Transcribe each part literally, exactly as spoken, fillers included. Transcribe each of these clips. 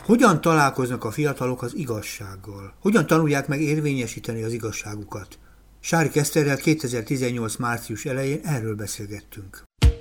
Hogyan találkoznak a fiatalok az igazsággal? Hogyan tanulják meg érvényesíteni az igazságukat? Sárik Eszterrel kétezer-tizennyolc március elején erről beszélgettünk.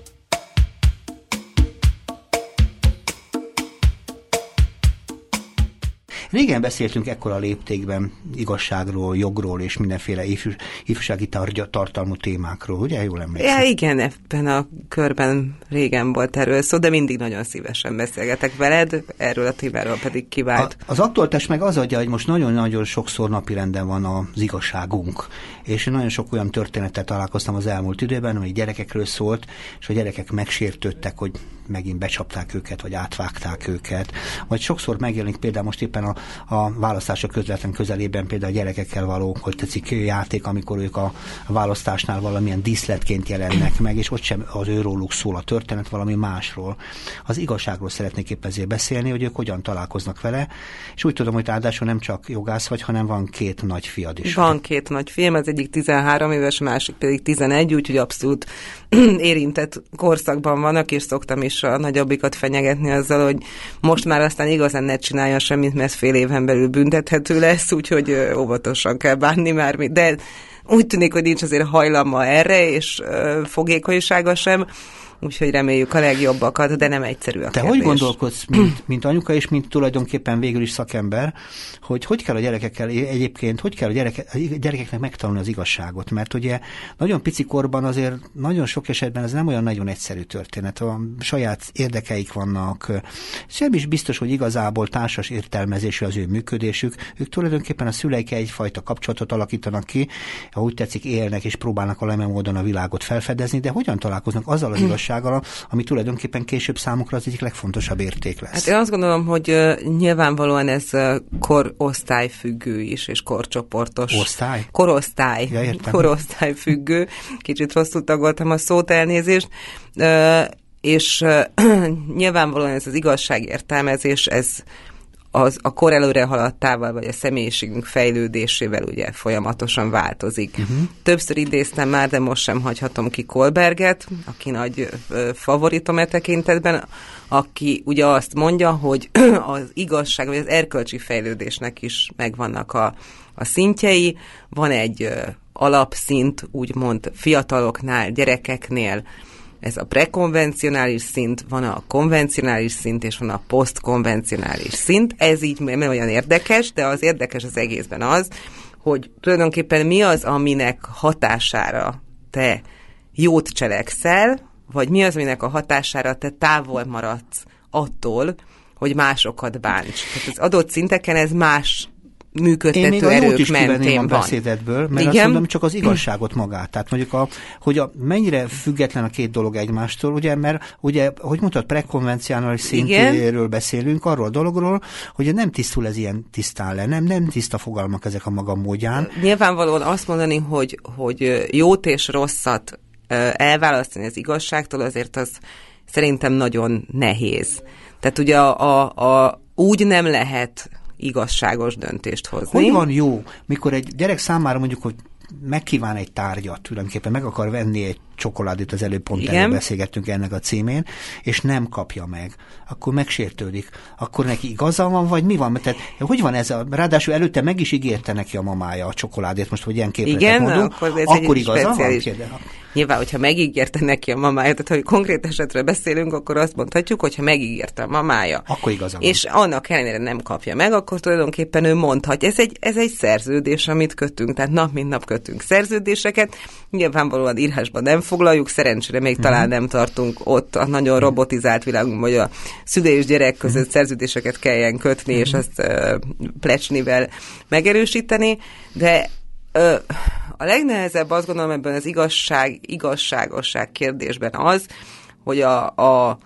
Régen beszéltünk ekkora léptékben igazságról, jogról és mindenféle ifjúsági tartalmú témákról, ugye? Jól emlékszem? Ja, igen, ebben a körben régen volt erről szó, de mindig nagyon szívesen beszélgetek veled, erről a témáról pedig kivált. A, az aktualitás meg az adja, hogy most nagyon-nagyon sokszor napirenden van az igazságunk, és nagyon sok olyan történettel találkoztam az elmúlt időben, amely gyerekekről szólt, és a gyerekek megsértődtek, hogy megint becsapták őket, vagy átvágták őket. Vagy sokszor megjelenik például most éppen a, a választások közvetlen közelében például a gyerekekkel való, hogy tetszik, játék, amikor ők a választásnál valamilyen díszletként jelennek meg, és ott sem az őróluk szól a történet, valami másról. Az igazságról szeretnék épp ezért beszélni, hogy ők hogyan találkoznak vele, és úgy tudom, hogy ráadásul nem csak jogász vagy, hanem van két nagy fiad is. Van két nagy fiam, az egyik tizenhárom éves, a másik pedig tizenegy, úgyhogy abszolút érintett korszakban vannak, és szoktam is a nagyobbikat fenyegetni azzal, hogy most már aztán igazán ne csinálja semmit, mert fél éven belül büntethető lesz, úgyhogy óvatosan kell bánni már, de úgy tűnik, hogy nincs azért hajlama erre, és fogékonysága sem, úgyhogy reméljük a legjobbakat, de nem egyszerű a Te kérdés. hogy gondolkodsz, mint, mint anyuka, és mint tulajdonképpen végül is szakember, hogy hogy kell a gyerekekkel egyébként, hogy kell a, gyereke, a gyerekeknek megtanulni az igazságot? Mert ugye nagyon pici korban azért nagyon sok esetben ez nem olyan nagyon egyszerű történet. A saját érdekeik vannak, sem is biztos, hogy igazából társas értelmezésű az ő működésük. Ők tulajdonképpen a szüleikkel egyfajta kapcsolatot alakítanak ki, ha úgy tetszik, élnek és próbálnak valamilyen módon a világot felfedezni, de hogyan találkoznak azzal az igazsággal, ami tulajdonképpen később számukra az egyik legfontosabb érték lesz. Hát én azt gondolom, hogy uh, nyilvánvalóan ez uh, korosztályfüggő is, és korcsoportos. Osztály? Korosztály. Ja, értem. Korosztályfüggő. Kicsit rosszul tagoltam a szót, elnézést. Uh, és uh, nyilvánvalóan ez az igazságértelmezés, ez az a kor előre haladtával, vagy a személyiségünk fejlődésével ugye folyamatosan változik. Uh-huh. Többször idéztem már, de most sem hagyhatom ki Kohlberget, aki nagy ö, favoritom e tekintetben, aki ugye azt mondja, hogy az igazság, vagy az erkölcsi fejlődésnek is megvannak a, a szintjei. Van egy ö, alapszint, úgymond fiataloknál, gyerekeknél, ez a prekonvencionális szint, van a konvencionális szint, és van a posztkonvencionális szint. Ez így nem olyan érdekes, de az érdekes az egészben az, hogy tulajdonképpen mi az, aminek hatására te jót cselekszel, vagy mi az, aminek a hatására te távol maradsz attól, hogy másokat bánts. Tehát az adott szinteken ez más működtető erők mentén a beszédedből, mert igen? azt mondom, csak az igazságot magát. Tehát mondjuk, a, hogy a, mennyire független a két dolog egymástól, ugye, mert ugye, hogy mondtad, prekonvencionális szintéről beszélünk, arról a dologról, hogy nem tisztul ez ilyen tisztán le, nem, nem tiszta fogalmak ezek a maga módján. Nyilvánvalóan azt mondani, hogy, hogy jót és rosszat elválasztani az igazságtól, azért az szerintem nagyon nehéz. Tehát ugye a, a, a, úgy nem lehet igazságos döntést hozni. Hogy van jó, mikor egy gyerek számára mondjuk, hogy megkíván egy tárgyat, tulajdonképpen meg akar venni egy csokoládét, az előbb pont előbb beszélgettünk ennek a címén, és nem kapja meg, akkor megsértődik. Akkor neki igaza van, vagy mi van? Mert tehát, hogy van ez? A, ráadásul előtte meg is ígérte neki a mamája a csokoládét, most, hogy ilyen képletet igen, mondunk, akkor, ez akkor egy igaza speciális. van? Kérde? Nyilván, hogyha megígérte neki a mamája, tehát hogy konkrét esetről beszélünk, akkor azt mondhatjuk, hogyha megígérte a mamája, akkor igaza van. És annak ellenére nem kapja meg, akkor tulajdonképpen ő mondhatja. Ez egy, ez egy szerződés, amit kötünk, tehát nap mint nap kötünk szerződéseket. Nyilvánvalóan írásban nem foglaljuk, szerencsére még uh-huh. talán nem tartunk ott a nagyon robotizált világunkban, hogy a szülő és gyerek között uh-huh. szerződéseket kelljen kötni, uh-huh. és azt uh, plecsnivel megerősíteni, de uh, a legnehezebb azt gondolom ebben az igazság, igazságosság kérdésben az, hogy a, a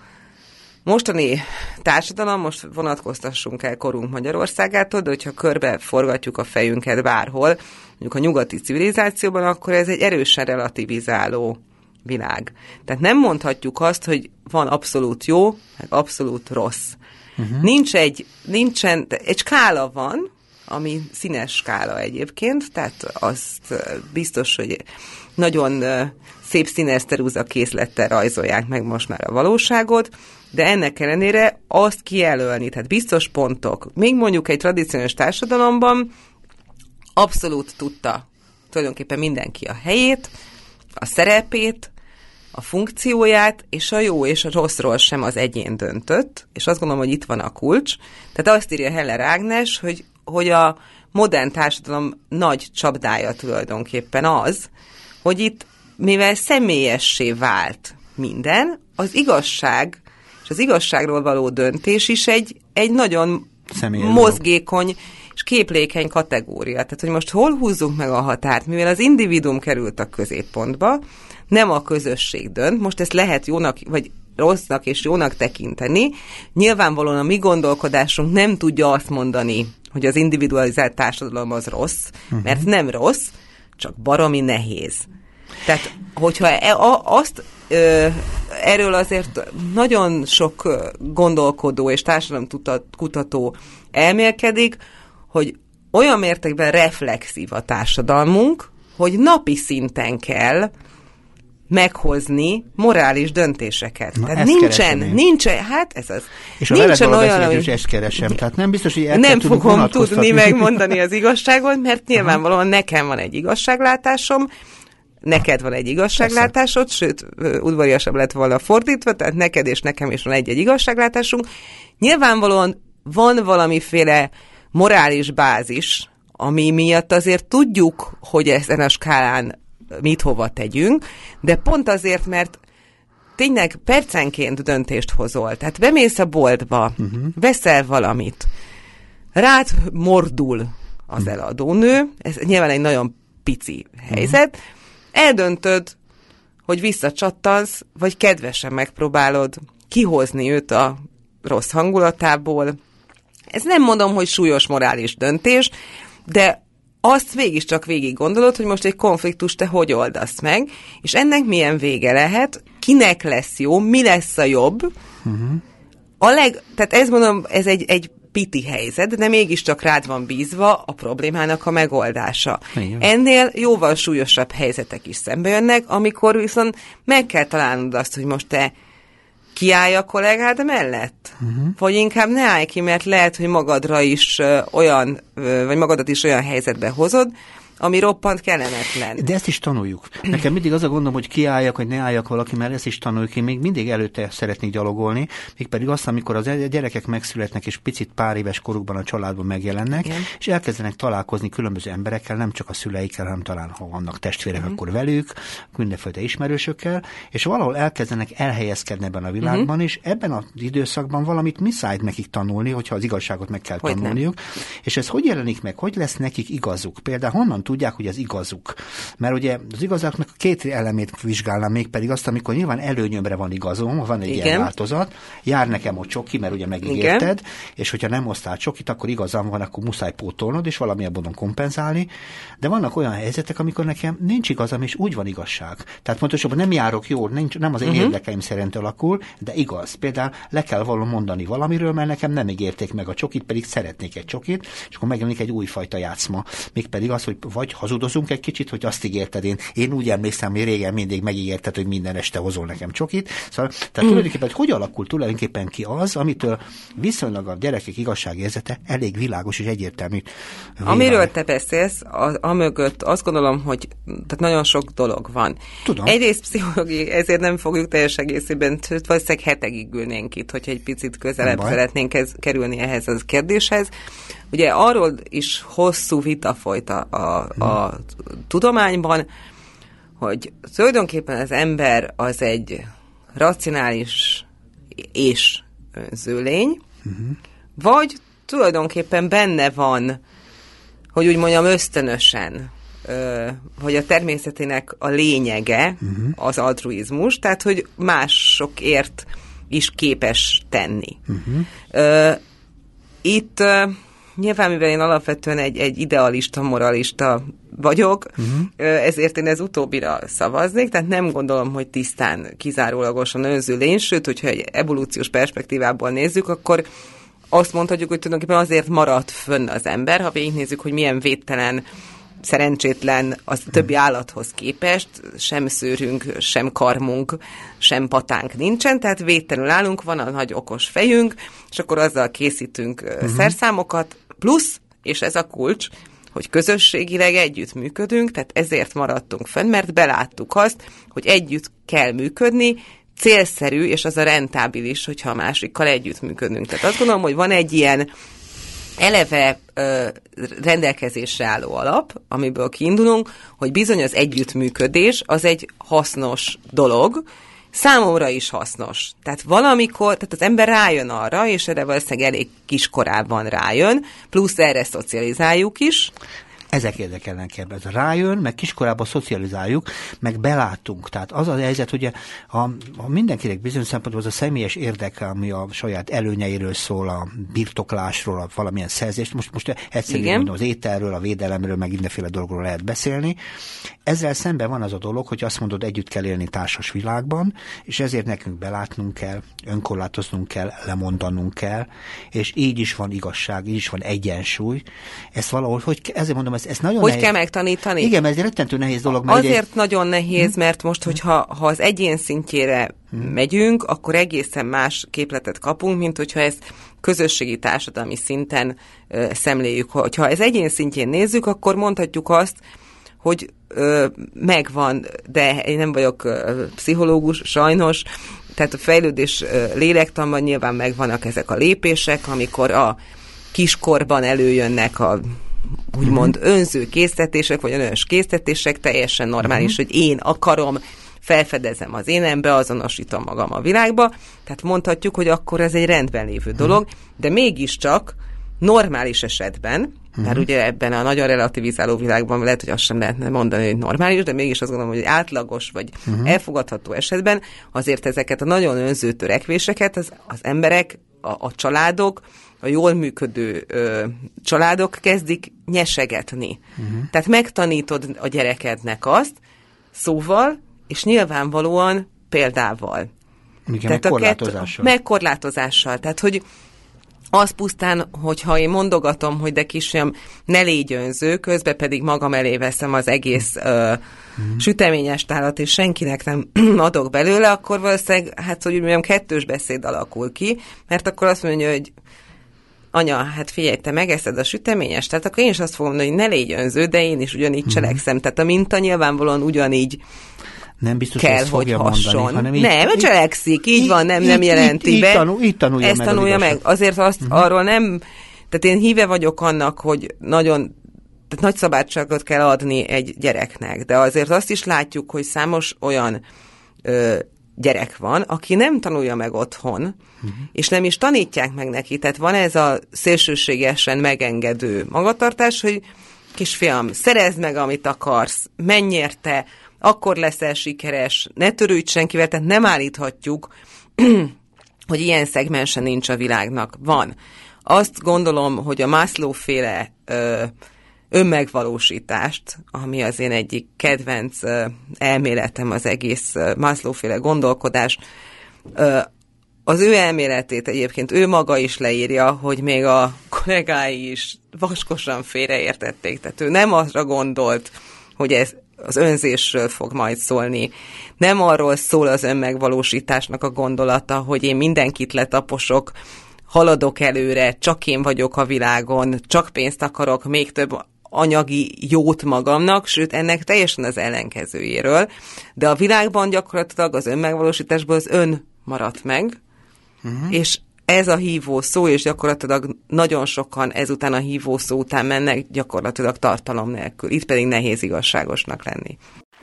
mostani társadalom, most vonatkoztassunk el korunk Magyarországától, de hogyha körbe forgatjuk a fejünket bárhol, mondjuk a nyugati civilizációban, akkor ez egy erősen relativizáló világ. Tehát nem mondhatjuk azt, hogy van abszolút jó, meg abszolút rossz. Uh-huh. Nincs egy, nincsen, egy skála van, ami színes skála egyébként, tehát azt biztos, hogy nagyon szép színes ceruza készlettel rajzolják meg most már a valóságot, de ennek ellenére azt kijelölni, tehát biztos pontok, még mondjuk egy tradíciós társadalomban abszolút tudta tulajdonképpen mindenki a helyét, a szerepét, a funkcióját, és a jó és a rosszról sem az egyén döntött, és azt gondolom, hogy itt van a kulcs. Tehát azt írja Heller Ágnes, hogy, hogy a modern társadalom nagy csapdája tulajdonképpen az, hogy itt, mivel személyessé vált minden, az igazság és az igazságról való döntés is egy, egy nagyon Személyes mozgékony és képlékeny kategória. Tehát, hogy most hol húzzunk meg a határt, mivel az individuum került a középpontba, nem a közösség dönt, most ezt lehet jónak, vagy rossznak és jónak tekinteni. Nyilvánvalóan a mi gondolkodásunk nem tudja azt mondani, hogy az individualizált társadalom az rossz, uh-huh. mert nem rossz, csak baromi nehéz. Tehát, hogyha e, a, azt ö, erről azért nagyon sok gondolkodó és társadalomkutató elmélkedik, hogy olyan mértékben reflexív a társadalmunk, hogy napi szinten kell meghozni morális döntéseket. Na, tehát nincsen, nincsen, hát ez az. És a nincsen olyan, hogy ezt keresem. Tehát nem biztos, hogy el nem fogom tudni megmondani az igazságot, mert nyilvánvalóan nekem van egy igazságlátásom, neked van egy igazságlátásod, Persze. sőt, udvariasabb lett volna fordítva, tehát neked és nekem is van egy-egy igazságlátásunk. Nyilvánvalóan van valamiféle morális bázis, ami miatt azért tudjuk, hogy ezen a skálán mit hova tegyünk, de pont azért, mert tényleg percenként döntést hozol. Tehát bemész a boltba, uh-huh. veszel valamit, rád mordul az eladónő, ez nyilván egy nagyon pici helyzet, uh-huh. eldöntöd, hogy visszacsattansz, vagy kedvesen megpróbálod kihozni őt a rossz hangulatából. Ez nem mondom, hogy súlyos morális döntés, de azt mégiscsak végig gondolod, hogy most egy konfliktust te hogy oldasz meg, és ennek milyen vége lehet, kinek lesz jó, mi lesz a jobb. Uh-huh. A leg, tehát ez mondom, ez egy, egy piti helyzet, de mégiscsak rád van bízva a problémának a megoldása. Igen. Ennél jóval súlyosabb helyzetek is szembe jönnek, amikor viszont meg kell találnod azt, hogy most te kiállj a kollégád mellett? Uh-huh. Vagy inkább ne állj ki, mert lehet, hogy magadra is uh, olyan, uh, vagy magadat is olyan helyzetbe hozod, ami roppant kellemetlen. De ezt is tanuljuk. Nekem mindig az a gondom, hogy kiálljak, hogy ne álljak valaki, mert ezt is tanuljuk. Én még mindig előtte szeretnék gyalogolni, mégpedig azt, amikor az gyerekek megszületnek, és picit pár éves korukban a családban megjelennek, igen. és elkezdenek találkozni különböző emberekkel, nem csak a szüleikkel, hanem talán, ha vannak testvérek, uh-huh. akkor velük, mindenféle ismerősökkel, és valahol elkezdenek elhelyezkedni ebben a világban, uh-huh. és ebben az időszakban valamit muszáj nekik tanulni, hogyha az igazságot meg kell hogy tanulniuk. Nem. És ez hogy jelenik meg, hogy lesz nekik igazuk? Például honnan tudják, hogy az igazuk. Mert ugye az igazaknak a két elemét vizsgálnám, mégpedig azt, amikor nyilván előnyömre van igazom, van egy Igen. ilyen változat, jár nekem a csoki, mert ugye megígérted, Igen. és hogyha nem hoztál csokit, akkor igazam van, akkor muszáj pótolnod, és valamilyen módon kompenzálni. De vannak olyan helyzetek, amikor nekem nincs igazam, és úgy van igazság. Tehát pontosabban nem járok jól, nincs, nem az én uh-huh. érdekeim szerint alakul, de igaz. Például le kell való mondani valamiről, mert nekem nem ígérték meg a csokit, pedig szeretnék egy csokit, és akkor megjelenik egy újfajta játszma. Mégpedig az, hogy vagy hazudozunk egy kicsit, hogy azt ígérted, én, én úgy emlékszem, hogy régen mindig megígérted, hogy minden este hozol nekem csokit. Szóval, tehát mm. tulajdonképpen, hogy alakul tulajdonképpen ki az, amitől viszonylag a gyerekek igazságérzete elég világos és egyértelmű. Vélemény. Amiről te beszélsz, a, a mögött azt gondolom, hogy tehát nagyon sok dolog van. Tudom. Egyrészt pszichológiai, ezért nem fogjuk teljes egészében, valószínűleg hetekig ülnénk itt, hogyha egy picit közelebb szeretnénk ez, kerülni ehhez a kérdéshez. Ugye arról is hosszú vita folyt a, a, a tudományban, hogy tulajdonképpen az ember az egy racionális és önző lény, uh-huh. vagy tulajdonképpen benne van, hogy úgy mondjam ösztönösen, hogy a természetének a lényege uh-huh. az altruizmus, tehát hogy másokért is képes tenni. Uh-huh. Itt nyilván, mivel én alapvetően egy, egy idealista, moralista vagyok, uh-huh. ezért én ez utóbbira szavaznék, tehát nem gondolom, hogy tisztán, kizárólagosan önző lény, sőt, hogyha egy evolúciós perspektívából nézzük, akkor azt mondhatjuk, hogy tulajdonképpen azért maradt fönn az ember, ha végignézzük, hogy milyen védtelen szerencsétlen az többi állathoz képest, sem szőrünk, sem karmunk, sem patánk nincsen, tehát védtelenül állunk, van a nagy okos fejünk, és akkor azzal készítünk uh-huh. szerszámokat, plusz, és ez a kulcs, hogy közösségileg együtt működünk, tehát ezért maradtunk fenn, mert beláttuk azt, hogy együtt kell működni, célszerű, és az a rentábilis, hogyha a másikkal együtt működünk. Tehát azt gondolom, hogy van egy ilyen eleve ö, rendelkezésre álló alap, amiből kiindulunk, hogy bizony az együttműködés az egy hasznos dolog, számomra is hasznos. Tehát valamikor, tehát az ember rájön arra, és erre valószínűleg elég kiskorában rájön, plusz erre szocializáljuk is. Ezek érdekelnek ebben. Ez rájön, meg kiskorában szocializáljuk, meg belátunk. Tehát az a helyzet, hogy a, a mindenkinek bizonyos szempontból az a személyes érdeke, ami a saját előnyeiről szól, a birtoklásról, a valamilyen szerzést. Most, most egyszerűen mondom, az ételről, a védelemről, meg mindenféle dolgokról lehet beszélni. Ezzel szemben van az a dolog, hogy azt mondod, együtt kell élni társas világban, és ezért nekünk belátnunk kell, önkorlátoznunk kell, lemondanunk kell, és így is van igazság, így is van egyensúly. Ezt valahol, hogy ezért mondom, ez, ez nagyon Hogy nehéz. kell megtanítani? Igen, mert ez egy rettentő nehéz dolog. Mert Azért egy... nagyon nehéz, mert most, hogyha ha az egyén szintjére hmm. megyünk, akkor egészen más képletet kapunk, mint hogyha ezt közösségi társadalmi szinten ö, szemléljük. Hogyha ez egyén szintjén nézzük, akkor mondhatjuk azt, hogy ö, megvan, de én nem vagyok ö, pszichológus, sajnos, tehát a fejlődés ö, lélektanban nyilván megvannak ezek a lépések, amikor a kiskorban előjönnek a úgymond uh-huh. önző késztetések, vagy önös késztetések, teljesen normális, uh-huh. hogy én akarom, felfedezem az énem, beazonosítom magam a világba, tehát mondhatjuk, hogy akkor ez egy rendben lévő dolog, uh-huh. de mégiscsak normális esetben, uh-huh. mert ugye ebben a nagyon relativizáló világban lehet, hogy azt sem lehetne mondani, hogy normális, de mégis azt gondolom, hogy átlagos vagy uh-huh. elfogadható esetben azért ezeket a nagyon önző törekvéseket az, az emberek, a, a családok, a jól működő ö, családok kezdik nyesegetni. Uh-huh. Tehát megtanítod a gyerekednek azt szóval, és nyilvánvalóan példával. Igen, tehát meg korlátozással. Meg korlátozással. Tehát, hogy az pusztán, hogyha én mondogatom, hogy de kisfiam, ne légy önző, közben pedig magam elé veszem az egész ö, uh-huh. süteményes tálat, és senkinek nem adok belőle, akkor valószínűleg, hát, hogy mondjam, kettős beszéd alakul ki, mert akkor azt mondja, hogy anya, hát figyelj, te megeszed a süteményes, tehát akkor én is azt fogom mondani, hogy ne légy önző, de én is ugyanígy uh-huh. cselekszem. Tehát a minta nyilvánvalóan ugyanígy nem biztos, kell, hogy hasson. Hanem így, nem, így, cselekszik, így, így van, nem, így, nem jelenti így, be. Így, tanul, így tanulja ezt meg tanulja az meg. Azért azt uh-huh. arról nem, tehát én híve vagyok annak, hogy nagyon, tehát nagy szabadságot kell adni egy gyereknek, de azért azt is látjuk, hogy számos olyan ö, gyerek van, aki nem tanulja meg otthon, uh-huh. és nem is tanítják meg neki. Tehát van ez a szélsőségesen megengedő magatartás, hogy kisfiam, szerezd meg, amit akarsz, menj érte, akkor leszel sikeres, ne törődj senkivel, tehát nem állíthatjuk, hogy ilyen szegmense nincs a világnak. Van. Azt gondolom, hogy a Maslow-féle ö, önmegvalósítást, ami az én egyik kedvenc ö, elméletem, az egész ö, Maslow-féle gondolkodás, ö, az ő elméletét egyébként ő maga is leírja, hogy még a kollégái is vaskosan félreértették. Tehát ő nem arra gondolt, hogy ez az önzésről fog majd szólni. Nem arról szól az önmegvalósításnak a gondolata, hogy én mindenkit letaposok, haladok előre, csak én vagyok a világon, csak pénzt akarok, még több anyagi jót magamnak, sőt, ennek teljesen az ellenkezőjéről. De a világban gyakorlatilag az önmegvalósításból az ön maradt meg, uh-huh. és ez a hívó szó, és gyakorlatilag nagyon sokan ezután a hívó szó után mennek gyakorlatilag tartalom nélkül. Itt pedig nehéz igazságosnak lenni.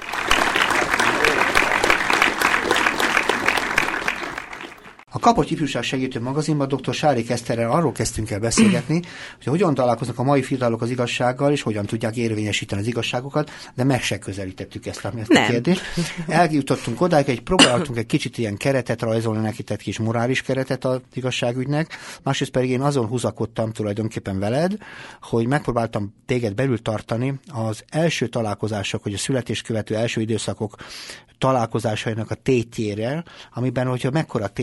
A Kapocs Ifjúság Segítő Magazinban dr. Sárik Eszterrel arról kezdtünk el beszélgetni, hogy hogyan találkoznak a mai fiatalok az igazsággal, és hogyan tudják érvényesíteni az igazságokat, de meg se közelítettük ezt a, ezt a kérdést. Eljutottunk odáig, hogy próbáltunk egy kicsit ilyen keretet rajzolni neki, tehát kis morális keretet az igazságügynek, másrészt pedig én azon húzakodtam tulajdonképpen veled, hogy megpróbáltam téged belül tartani az első találkozások, hogy a születést követő első időszakok találkozásainak a tétjére, amiben, hogyha mekkora tét az, hogy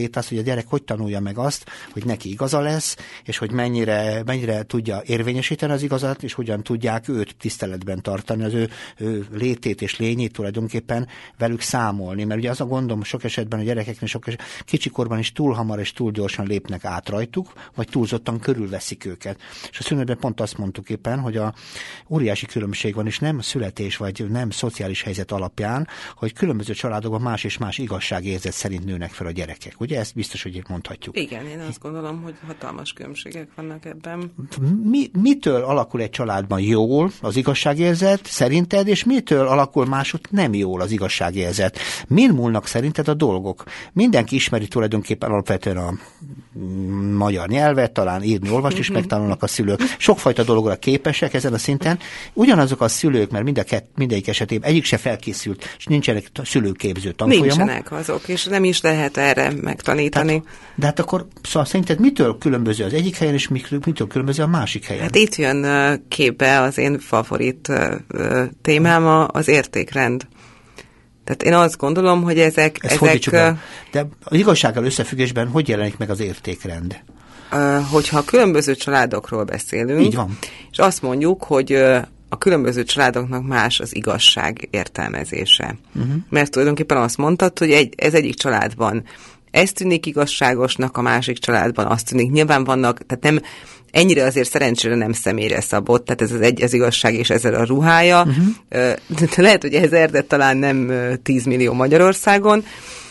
gyerek hogy tanulja meg azt, hogy neki igaza lesz, és hogy mennyire, mennyire tudja érvényesíteni az igazat, és hogyan tudják őt tiszteletben tartani, az ő, ő létét és lényét tulajdonképpen velük számolni. Mert ugye az a gondom sok esetben a gyerekeknél sok esetben, kicsikorban is túl hamar és túl gyorsan lépnek át rajtuk, vagy túlzottan körülveszik őket. És a szünetben pont azt mondtuk éppen, hogy a óriási különbség van, és nem születés, vagy nem szociális helyzet alapján, hogy különböző családokban más és más igazságérzet szerint nőnek fel a gyerekek. Ugye ezt biztos, hogy mondhatjuk. Igen, én azt gondolom, hogy hatalmas különbségek vannak ebben. Mi, mitől alakul egy családban jól az igazságérzet szerinted, és mitől alakul máshogy nem jól az igazságérzet? Min múlnak szerinted a dolgok? Mindenki ismeri tulajdonképpen alapvetően a magyar nyelvet, talán írni, olvasni is megtanulnak a szülők. Sokfajta dologra képesek ezen a szinten. Ugyanazok a szülők, mert mind a kett, mindegyik esetében egyik se felkészült, és nincsenek szülőképző tanfolyamok. Nincsenek azok, és nem is lehet erre megtanítani. Tehát, de hát akkor szóval szerinted mitől különböző az egyik helyen, és mitől különböző a másik helyen? Hát itt jön képbe az én favorit témám, az értékrend. Tehát én azt gondolom, hogy ezek... Ezt ezek de az igazsággal összefüggésben hogy jelenik meg az értékrend? Hogyha különböző családokról beszélünk, így van. És azt mondjuk, hogy a különböző családoknak más az igazság értelmezése. Uh-huh. Mert tulajdonképpen azt mondtad, hogy egy, ez egyik családban ez tűnik igazságosnak, a másik családban azt tűnik. Nyilván vannak, tehát nem ennyire azért szerencsére nem személyre szabott, tehát ez az egy az igazság, és ezzel a ruhája. Uh-huh. De lehet, hogy ezer, de talán nem tíz millió Magyarországon.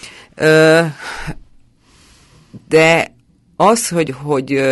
De az, hogy, hogy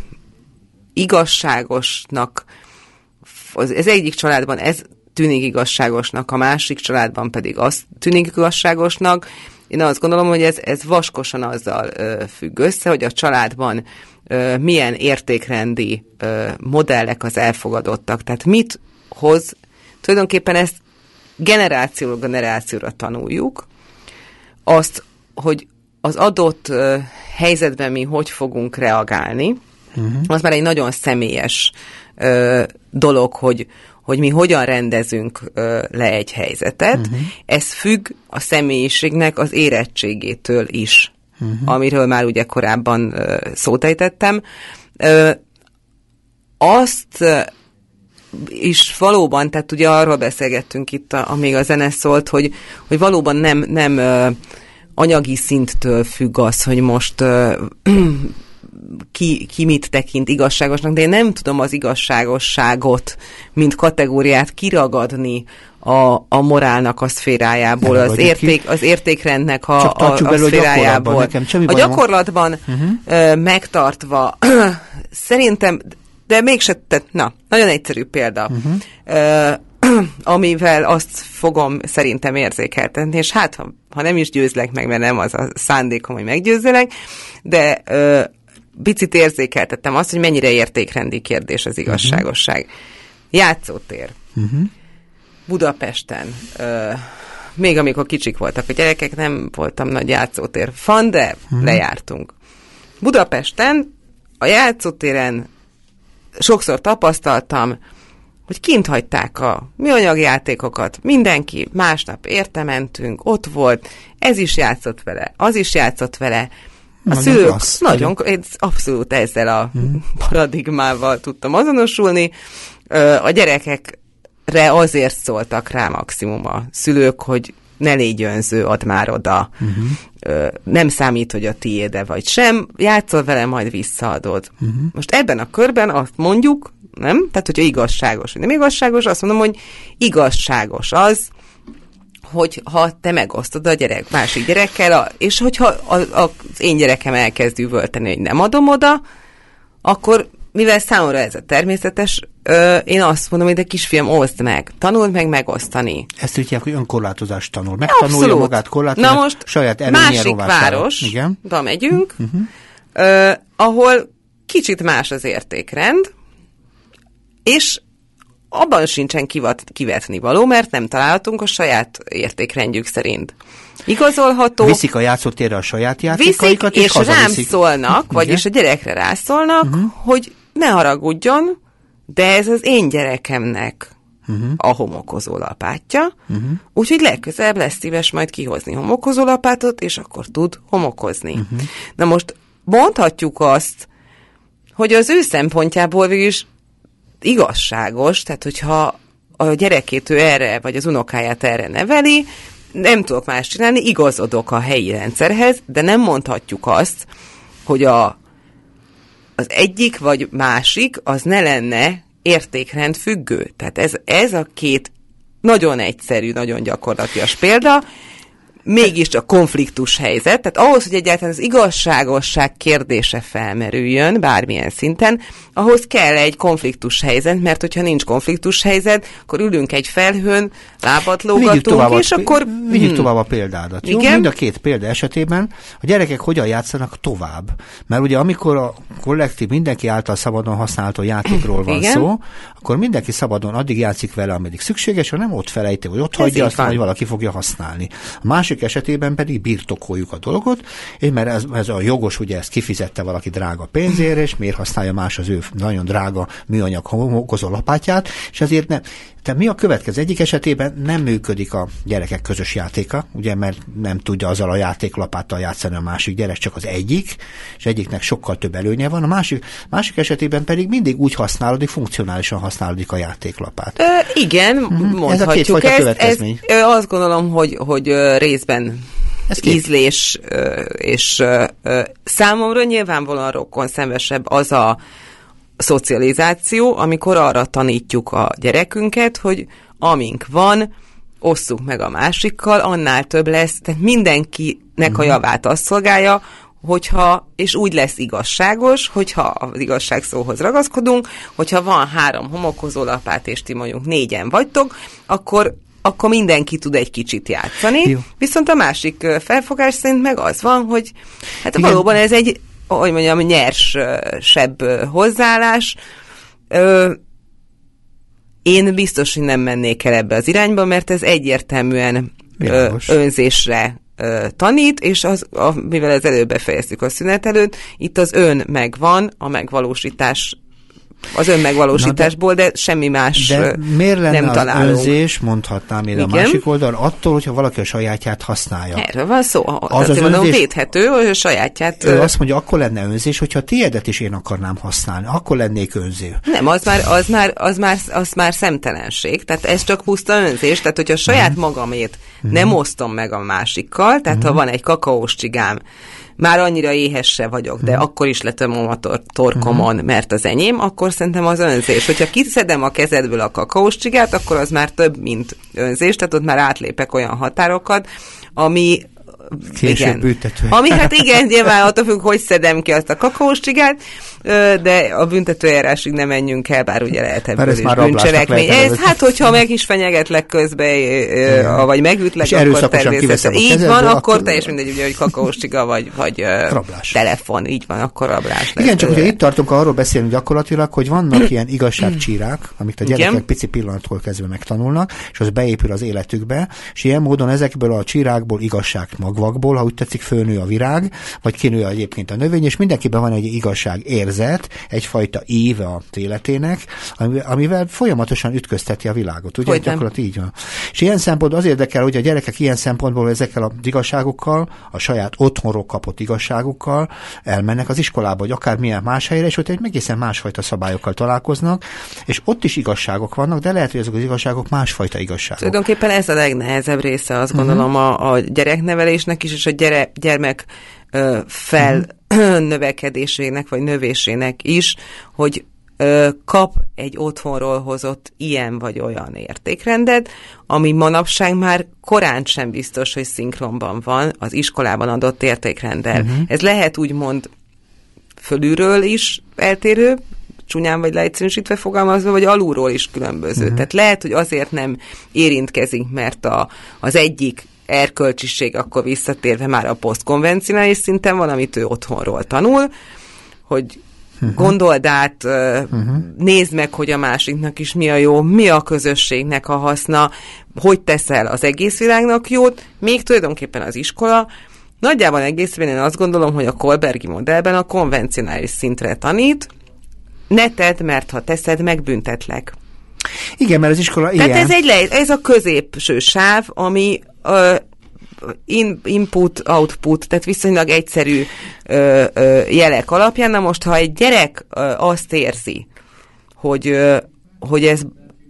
igazságosnak, az, ez egyik családban ez tűnik igazságosnak, a másik családban pedig az tűnik igazságosnak. Én azt gondolom, hogy ez, ez vaskosan azzal ö, függ össze, hogy a családban ö, milyen értékrendi ö, modellek az elfogadottak. Tehát mit hoz, tulajdonképpen ezt generációról generációra tanuljuk, azt, hogy az adott ö, helyzetben mi hogy fogunk reagálni, uh-huh. az már egy nagyon személyes ö, dolog, hogy hogy mi hogyan rendezünk ö, le egy helyzetet. Uh-huh. Ez függ a személyiségnek az érettségétől is, uh-huh. amiről már ugye korábban ö, szót ejtettem. Ö, azt ö, is valóban, tehát ugye arról beszélgettünk itt, a, amíg a zene szólt, hogy, hogy valóban nem, nem ö, anyagi szinttől függ az, hogy most ö, Ki, ki mit tekint igazságosnak, de én nem tudom az igazságosságot, mint kategóriát kiragadni a, a morálnak a szférájából, az, érték, az értékrendnek a, a, a szférájából. A gyakorlatban uh-huh. ö, megtartva, szerintem, de mégse, tehát, na, nagyon egyszerű példa, uh-huh. ö, amivel azt fogom szerintem érzékeltetni, és hát, ha, ha nem is győzlek meg, mert nem az a szándékom, hogy meggyőzzelek, de ö, picit érzékeltettem azt, hogy mennyire értékrendi kérdés az igazságosság. Uh-huh. Játszótér. Uh-huh. Budapesten. Ö, még amikor kicsik voltak a gyerekek, nem voltam nagy játszótér fan, de uh-huh. lejártunk. Budapesten a játszótéren sokszor tapasztaltam, hogy kint hagyták a műanyag játékokat, mindenki, másnap érte mentünk, ott volt, ez is játszott vele, az is játszott vele. A nagyon szülők klassz, nagyon, én abszolút ezzel a hmm. paradigmával tudtam azonosulni. A gyerekekre azért szóltak rá maximum a szülők, hogy ne légy önző, add már oda. Uh-huh. Nem számít, hogy a tiéde vagy sem, játszol vele, majd visszaadod. Uh-huh. Most ebben a körben azt mondjuk, nem? Tehát, hogyha igazságos, vagy nem igazságos, azt mondom, hogy igazságos az, hogy ha te megosztod a gyerek másik gyerekkel, a, és hogyha a, a, az én gyerekem elkezd üvölteni, hogy nem adom oda, akkor, mivel számomra ez a természetes, ö, én azt mondom, hogy de kisfiam, oszd meg, tanuld meg megosztani. Ezt úgy hívják, hogy önkorlátozást tanul. Megtanulja Abszolút. magát korlátozni, Na most saját előnyel másik városba megyünk, uh-huh. ö, ahol kicsit más az értékrend, és abban sincsen kivat, kivetni való, mert nem találhatunk a saját értékrendjük szerint. Igazolható. Viszik a játszótérre a saját játékaikat, és, és rám szólnak, vagyis a gyerekre rászólnak, uh-huh. hogy ne haragudjon, de ez az én gyerekemnek uh-huh. a homokozó lapátja, uh-huh. úgyhogy legközelebb lesz szíves majd kihozni homokozó lapátot, és akkor tud homokozni. Uh-huh. Na most mondhatjuk azt, hogy az ő szempontjából is igazságos, tehát hogyha a gyerekét ő erre, vagy az unokáját erre neveli, nem tudok más csinálni, igazodok a helyi rendszerhez, de nem mondhatjuk azt, hogy a, az egyik vagy másik az ne lenne értékrend függő. Tehát ez, ez a két nagyon egyszerű, nagyon gyakorlatias példa, mégiscsak konfliktus helyzet, tehát ahhoz, hogy egyáltalán az igazságosság kérdése felmerüljön bármilyen szinten, ahhoz kell egy konfliktus helyzet, mert hogyha nincs konfliktus helyzet, akkor ülünk egy felhőn, lábat lógatunk, és a, akkor... Vigyük hmm. tovább a példádat. Jó? Mind a két példa esetében a gyerekek hogyan játszanak tovább. Mert ugye amikor a kollektív, mindenki által szabadon használható játékról van Igen. szó, akkor mindenki szabadon addig játszik vele, ameddig szükséges, ha nem ott felejti, vagy ott Ez hagyja, aztán, hogy valaki fogja használni. A másik esetében pedig birtokoljuk a dolgot, és mert ez, ez a jogos, ugye ezt kifizette valaki drága pénzért, és miért használja más az ő nagyon drága műanyag homokozó lapátját, és ezért nem. Tehát mi a következő? Egyik esetében nem működik a gyerekek közös játéka, ugye, mert nem tudja azzal a játéklapáttal játszani a másik gyerek, csak az egyik, és egyiknek sokkal több előnye van, a másik, másik esetében pedig mindig úgy használódik, funkcionálisan használódik a játéklapát. Ö, igen, mm-hmm. mondhatjuk ez ezt. Ez, ö, azt gondolom, hogy, hogy ö, részben ízlés, ö, és ö, ö, számomra nyilvánvalóan rokon szenvesebb az a szocializáció, amikor arra tanítjuk a gyerekünket, hogy amink van, osszuk meg a másikkal, annál több lesz, tehát mindenkinek uh-huh. a javát azt szolgálja, hogyha, és úgy lesz igazságos, hogyha az igazság szóhoz ragaszkodunk, hogyha van három homokozó lapát, és ti mondjuk négyen vagytok, akkor akkor mindenki tud egy kicsit játszani. Jó. Viszont a másik felfogás szerint meg az van, hogy hát Igen. valóban ez egy hogy mondjam, nyersebb hozzáállás. Ö, én biztos, hogy nem mennék el ebbe az irányba, mert ez egyértelműen ö, önzésre ö, tanít, és az, a, mivel az előbb befejeztük a szünet előtt, itt az ön megvan, a megvalósítás az önmegvalósításból, de, de semmi más de miért lenne nem az találunk. Önzés, mondhatnám én a másik oldalon, attól, hogyha valaki a sajátját használja. Erről van szó. Az, az mondom, önzés, védhető, hogy a sajátját... Ő azt mondja, akkor lenne önzés, hogyha a tiédet is én akarnám használni, akkor lennék önző. Nem, az már, az már, az már, az már szemtelenség, tehát ez csak puszta önzés, tehát hogyha a saját magamét uh-huh. nem osztom meg a másikkal, tehát uh-huh. ha van egy kakaós csigám, már annyira éhes se vagyok, de hmm. akkor is letömöm a tor- torkomon, hmm. mert az enyém, akkor szerintem az önzés. Hogyha kiszedem a kezedből a kakaós csigát, akkor az már több, mint önzés, tehát ott már átlépek olyan határokat, ami Később büntető. Ami hát igen, nyilván attól függ, hogy szedem ki azt a kakaós csigát, de a büntetőjárásig nem menjünk el, bár ugye lehet ebből is bűncselekmény. Ez, hát, hogyha meg is fenyegetlek közben, ja. vagy megütlek, akkor természetesen. Így van, akkor, akkor teljesen mindegy, ugye, hogy kakaós csiga, vagy, vagy telefon, így van, akkor rablás lesz. Igen, csak ugye itt tartunk, arról beszélünk gyakorlatilag, hogy vannak ilyen igazságcsírák, amit a gyerekek igen? pici pillanattól kezdve megtanulnak, és az beépül az életükbe, és ilyen módon ezekből a csirákból igazság magvakból, ha úgy tetszik, fölnő a virág, vagy kinő egyébként a növény, és mindenkiben van egy igazság érzet, egyfajta íve az életének, amivel folyamatosan ütközteti a világot. Ugye gyakorlatilag így van. És ilyen szempontból az érdekel, hogy a gyerekek ilyen szempontból ezekkel az igazságokkal, a saját otthonról kapott igazságokkal elmennek az iskolába, vagy akármilyen más helyre, és ott egy egészen másfajta szabályokkal találkoznak, és ott is igazságok vannak, de lehet, hogy azok az igazságok másfajta igazságok. Tulajdonképpen ez a legnehezebb része, azt gondolom, uh-huh. a, a gyereknevelésnek is, és a gyere, gyermek ö, felnövekedésének, vagy növésének is, hogy ö, kap egy otthonról hozott ilyen vagy olyan értékrendet, ami manapság már korán sem biztos, hogy szinkronban van az iskolában adott értékrenddel. Uh-huh. Ez lehet úgymond fölülről is eltérő, csúnyán vagy leegyszerűsítve fogalmazva, vagy alulról is különböző. Uh-huh. Tehát lehet, hogy azért nem érintkezik, mert a, az egyik erkölcsiség akkor visszatérve már a posztkonvencionális szinten van, amit ő otthonról tanul, hogy uh-huh. gondold át, uh-huh. nézd meg, hogy a másiknak is mi a jó, mi a közösségnek a haszna, hogy teszel az egész világnak jót, még tulajdonképpen az iskola. Nagyjából egészben én azt gondolom, hogy a Kohlbergi modellben a konvencionális szintre tanít, ne tedd, mert ha teszed, megbüntetlek. Igen, mert az iskola Tehát ilyen. ez, egy le, ez a középső sáv, ami uh, in, input, output, tehát viszonylag egyszerű uh, uh, jelek alapján. Na most, ha egy gyerek uh, azt érzi, hogy, uh, hogy ez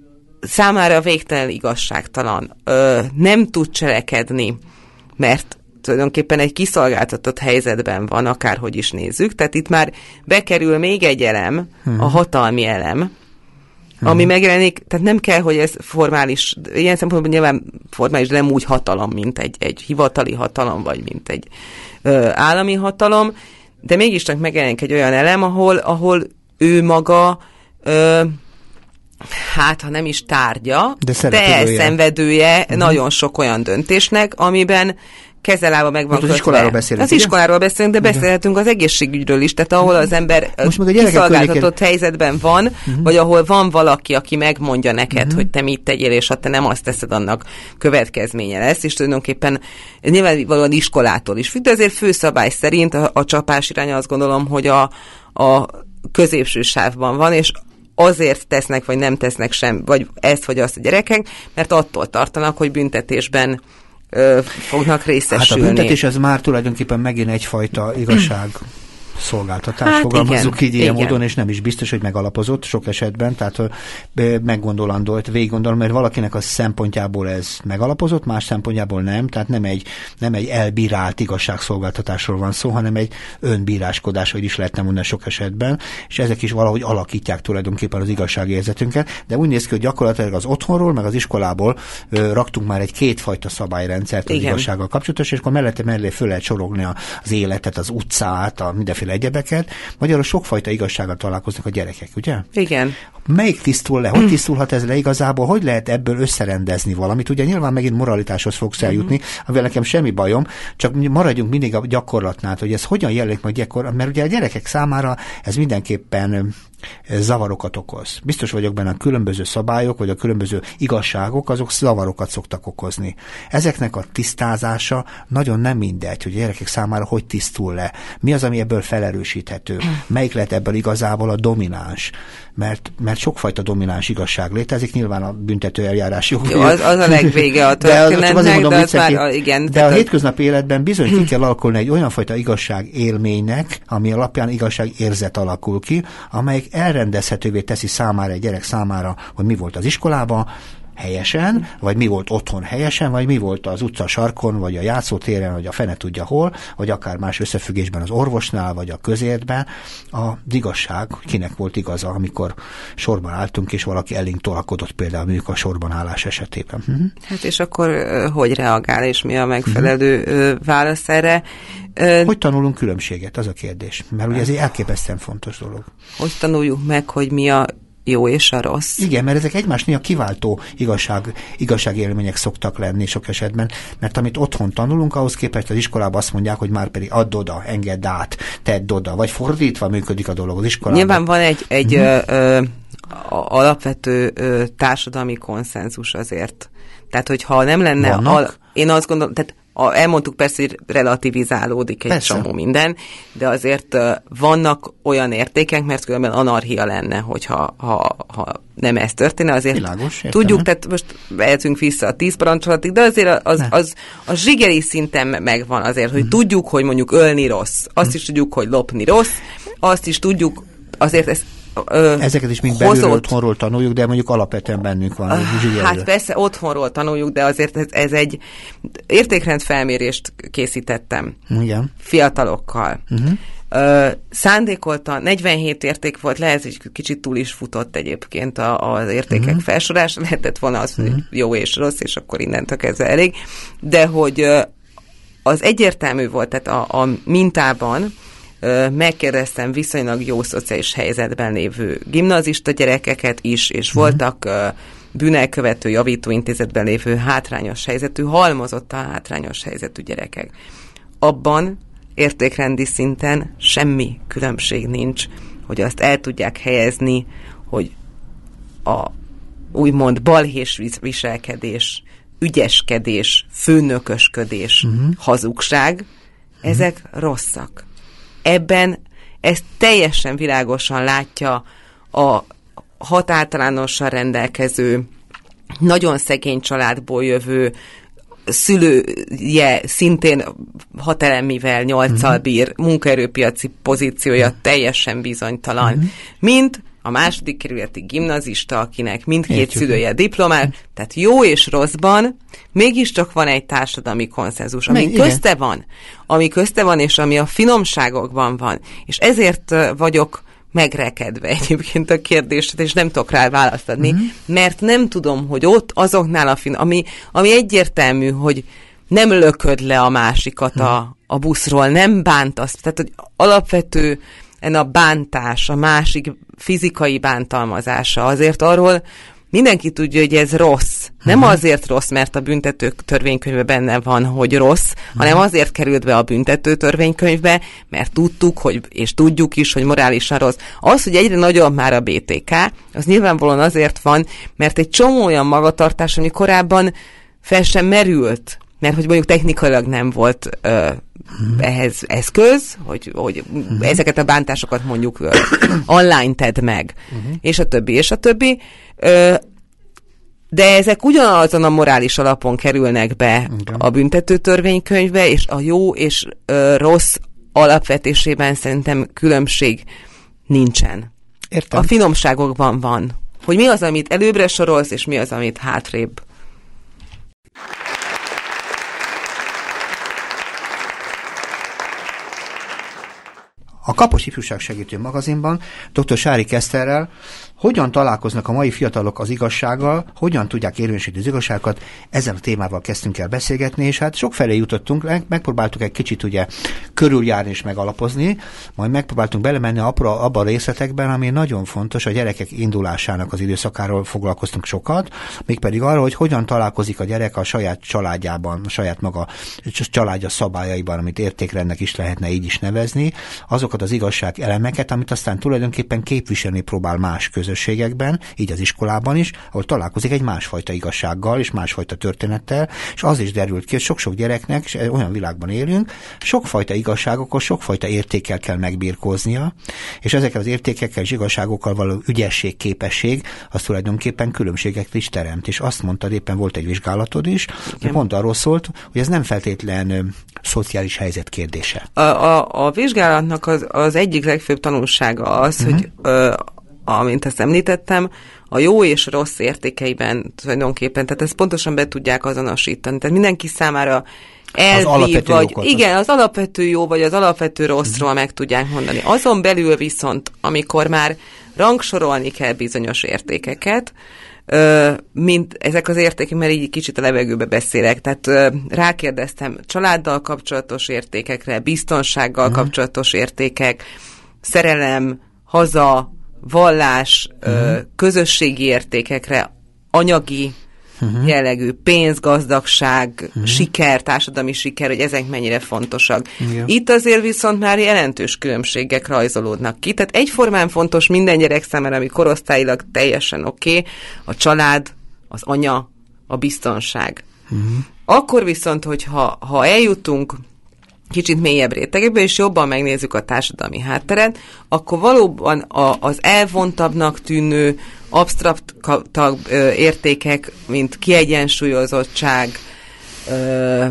számára végtelen igazságtalan, uh, nem tud cselekedni, mert tulajdonképpen egy kiszolgáltatott helyzetben van, akárhogy is nézzük. Tehát itt már bekerül még egy elem, hmm. a hatalmi elem, hmm. ami megjelenik, tehát nem kell, hogy ez formális, ilyen szempontból nyilván formális, de nem úgy hatalom, mint egy, egy hivatali hatalom, vagy mint egy ö, állami hatalom, de mégiscsak megjelenik egy olyan elem, ahol, ahol ő maga ö, hát, ha nem is tárgya, de, de elszenvedője uh-huh. nagyon sok olyan döntésnek, amiben kezelába meg van kötve. Az iskoláról beszélünk. Az iskoláról beszélünk, de beszélhetünk az egészségügyről is, tehát ahol az ember kiszolgáltatott helyzetben van, uh-huh. vagy ahol van valaki, aki megmondja neked, uh-huh. hogy te mit tegyél, és ha te nem azt teszed, annak következménye lesz, és tulajdonképpen nyilvánvalóan iskolától is függ, de azért főszabály szerint a, a csapás iránya azt gondolom, hogy a, a középső sávban van, és azért tesznek, vagy nem tesznek sem, vagy ezt, vagy azt a gyerekek, mert attól tartanak, hogy büntetésben ö, fognak részesülni. Hát a büntetés az már tulajdonképpen megint egyfajta igazság szolgáltatás, hát fogalmazzuk így ilyen módon, és nem is biztos, hogy megalapozott sok esetben, tehát meggondolandolt, végiggondolom, mert valakinek a szempontjából ez megalapozott, más szempontjából nem, tehát nem egy, nem egy elbírált igazságszolgáltatásról van szó, hanem egy önbíráskodás, hogy is lehetne mondani sok esetben, és ezek is valahogy alakítják tulajdonképpen az igazságérzetünket, de úgy néz ki, hogy gyakorlatilag az otthonról, meg az iskolából ö, raktunk már egy kétfajta szabályrendszert az igen. igazsággal kapcsolatos, és akkor mellette mellé föl lehet sorogni az életet, az utcát, a mindenféle egyebeket. Magyarul sokfajta igazsággal találkoznak a gyerekek, ugye? Igen. Melyik tisztul le? Hogy tisztulhat ez le igazából? Hogy lehet ebből összerendezni valamit? Ugye nyilván megint moralitáshoz fogsz eljutni, uh-huh. amivel nekem semmi bajom, csak maradjunk mindig a gyakorlatnál, hogy ez hogyan jelenik majd gyakor, mert ugye a gyerekek számára ez mindenképpen zavarokat okoz. Biztos vagyok benne, a különböző szabályok, vagy a különböző igazságok, azok zavarokat szoktak okozni. Ezeknek a tisztázása nagyon nem mindegy, hogy a gyerekek számára hogy tisztul le. Mi az, ami ebből felerősíthető? Melyik lehet ebből igazából a domináns? Mert, mert sokfajta domináns igazság létezik, nyilván a büntető eljárás jó. Jó, az, az a legvége a történetnek, de, de, az már, a, igen, de a hétköznapi életben bizony ki kell alakulni egy olyan fajta igazság élménynek, ami alapján igazság érzet alakul ki, amelyik elrendezhetővé teszi számára, egy gyerek számára, hogy mi volt az iskolában helyesen, vagy mi volt otthon helyesen, vagy mi volt az utca sarkon, vagy a játszótéren, vagy a fene tudja hol, vagy akár más összefüggésben az orvosnál, vagy a közértben. Az igazság, kinek volt igaza, amikor sorban álltunk, és valaki elénk tolakodott például mondjuk a sorban állás esetében. Uh-huh. Hát és akkor hogy reagál, és mi a megfelelő uh-huh. válasz erre? Hogy tanulunk különbséget, az a kérdés. Mert ugye ez egy elképesztően fontos dolog. Hogy tanuljuk meg, hogy mi a jó és a rossz. Igen, mert ezek egymás néha kiváltó igazság, igazságélmények szoktak lenni sok esetben, mert amit otthon tanulunk, ahhoz képest az iskolában azt mondják, hogy már pedig add oda, engedd át, tedd oda, vagy fordítva működik a dolog az iskolában. Nyilván van egy, egy hmm. ö, ö, alapvető ö, társadalmi konszenzus azért. Tehát, hogyha nem lenne... Al, én azt gondolom, tehát A, elmondtuk persze, hogy relativizálódik egy persze. csomó minden, de azért uh, vannak olyan értékek, mert különben anarchia lenne, hogyha ha, ha nem ez történne. Azért Világos, tudjuk, tehát most vehetünk vissza a tíz parancsolatig, de azért az, az, az, az zsigeri szinten megvan azért, hogy mm. tudjuk, hogy mondjuk ölni rossz, azt mm. is tudjuk, hogy lopni rossz, azt is tudjuk, azért ez Ö, Ezeket is mind belülről otthonról tanuljuk, de mondjuk alapvetően bennünk van. Uh, hát persze otthonról tanuljuk, de azért ez, ez egy értékrendfelmérést készítettem. Igen. Fiatalokkal. Uh-huh. Ö, szándékoltan negyvenhét érték volt, lehet, hogy kicsit túl is futott egyébként a, az értékek uh-huh. felsorása, lehetett volna az, hogy uh-huh. jó és rossz, és akkor innentől kezdve elég, de hogy az egyértelmű volt, tehát a, a mintában megkérdeztem viszonylag jó szociális helyzetben lévő gimnazista gyerekeket is, és uh-huh. voltak uh, bűnelkövető javítóintézetben lévő hátrányos helyzetű, halmozottan hátrányos helyzetű gyerekek. Abban értékrendi szinten semmi különbség nincs, hogy azt el tudják helyezni, hogy a úgymond balhés viselkedés, ügyeskedés, főnökösködés, uh-huh. hazugság, ezek uh-huh. rosszak. Ebben ezt teljesen világosan látja a, hat általánossal rendelkező, nagyon szegény családból jövő szülője szintén hat elemivel, nyolccal bír, munkaerőpiaci pozíciója teljesen bizonytalan, uh-huh. mint a második kerületi gimnazista, akinek mindkét Értjük. szülője diplomár, tehát jó és rosszban mégiscsak van egy társadalmi konszenzus, ami Meg, közte igen. van, ami közte van, és ami a finomságokban van. És ezért vagyok megrekedve egyébként a kérdést, és nem tudok rá választ adni, uh-huh. mert nem tudom, hogy ott azoknál a fin, ami, ami egyértelmű, hogy nem lököd le a másikat uh-huh. a, a buszról, nem bántasz. Tehát, hogy alapvető a bántás, a másik fizikai bántalmazása, azért arról mindenki tudja, hogy ez rossz. Nem uh-huh. azért rossz, mert a büntető törvénykönyvben benne van, hogy rossz, uh-huh. hanem azért került be a büntető törvénykönyvbe, mert tudtuk, hogy, és tudjuk is, hogy morálisan rossz. Az, hogy egyre nagyobb már a bé té ká, az nyilvánvalóan azért van, mert egy csomó olyan magatartás, ami korábban fel sem merült, mert hogy mondjuk technikailag nem volt ö, uh-huh. ehhez eszköz, hogy, hogy uh-huh. ezeket a bántásokat mondjuk ö, online tedd meg, uh-huh. és a többi, és a többi. Ö, de ezek ugyanazon a morális alapon kerülnek be okay. a büntető törvénykönyvbe, és a jó és ö, rossz alapvetésében szerintem különbség nincsen. Értem. A finomságokban van, hogy mi az, amit előbbre sorolsz, és mi az, amit hátrébb. A Kapos Ifjúság Segítő magazinban dr. Sári Kesztherrel hogyan találkoznak a mai fiatalok az igazsággal, hogyan tudják érvényesíteni az igazságokat, ezen a témával kezdtünk el beszélgetni, és hát sokfelé jutottunk, megpróbáltuk egy kicsit ugye körüljárni és megalapozni, majd megpróbáltunk belemenni abba, abba a részletekben, ami nagyon fontos, a gyerekek indulásának az időszakáról foglalkoztunk sokat, mégpedig arról, hogy hogyan találkozik a gyerek a saját családjában, a saját maga családja szabályaiban, amit értékrendnek is lehetne így is nevezni, azokat az igazság elemeket, amit aztán tulajdonképpen képviselni próbál más közösségekben, így az iskolában is, ahol találkozik egy másfajta igazsággal és másfajta történettel, és az is derült ki, hogy sok-sok gyereknek, és olyan világban élünk, sokfajta igazságokkal, sokfajta értékkel kell megbirkóznia, és ezekkel az értékekkel és igazságokkal való ügyesség, képesség, az tulajdonképpen különbségeket is teremt. És azt mondtad, éppen volt egy vizsgálatod is, hogy pont arról szólt, hogy ez nem feltétlen ö, szociális helyzet kérdése. A, a, a vizsgálatnak az, az egyik legfőbb tanulsága az, uh-huh. hogy ö, amint ezt említettem, a jó és rossz értékeiben tulajdonképpen, tehát ezt pontosan be tudják azonosítani. Tehát mindenki számára elvi, vagy jókat, igen, az alapvető jó, vagy az alapvető rosszról uh-huh. meg tudják mondani. Azon belül viszont, amikor már rangsorolni kell bizonyos értékeket, mint ezek az értékek, mert így kicsit a levegőbe beszélek, tehát rákérdeztem családdal kapcsolatos értékekre, biztonsággal uh-huh. kapcsolatos értékek, szerelem, haza, vallás, uh-huh. közösségi értékekre, anyagi uh-huh. jellegű pénz, gazdagság, uh-huh. siker, társadalmi siker, hogy ezek mennyire fontosak. Igen. Itt azért viszont már jelentős különbségek rajzolódnak ki. Tehát egyformán fontos minden gyerek számára, ami korosztályilag teljesen oké, okay, a család, az anya, a biztonság. Uh-huh. Akkor viszont, hogyha ha eljutunk kicsit mélyebb rétegekbe, és jobban megnézzük a társadalmi hátteret, akkor valóban a, az elvontabbnak tűnő absztraktabb értékek, mint kiegyensúlyozottság, ö,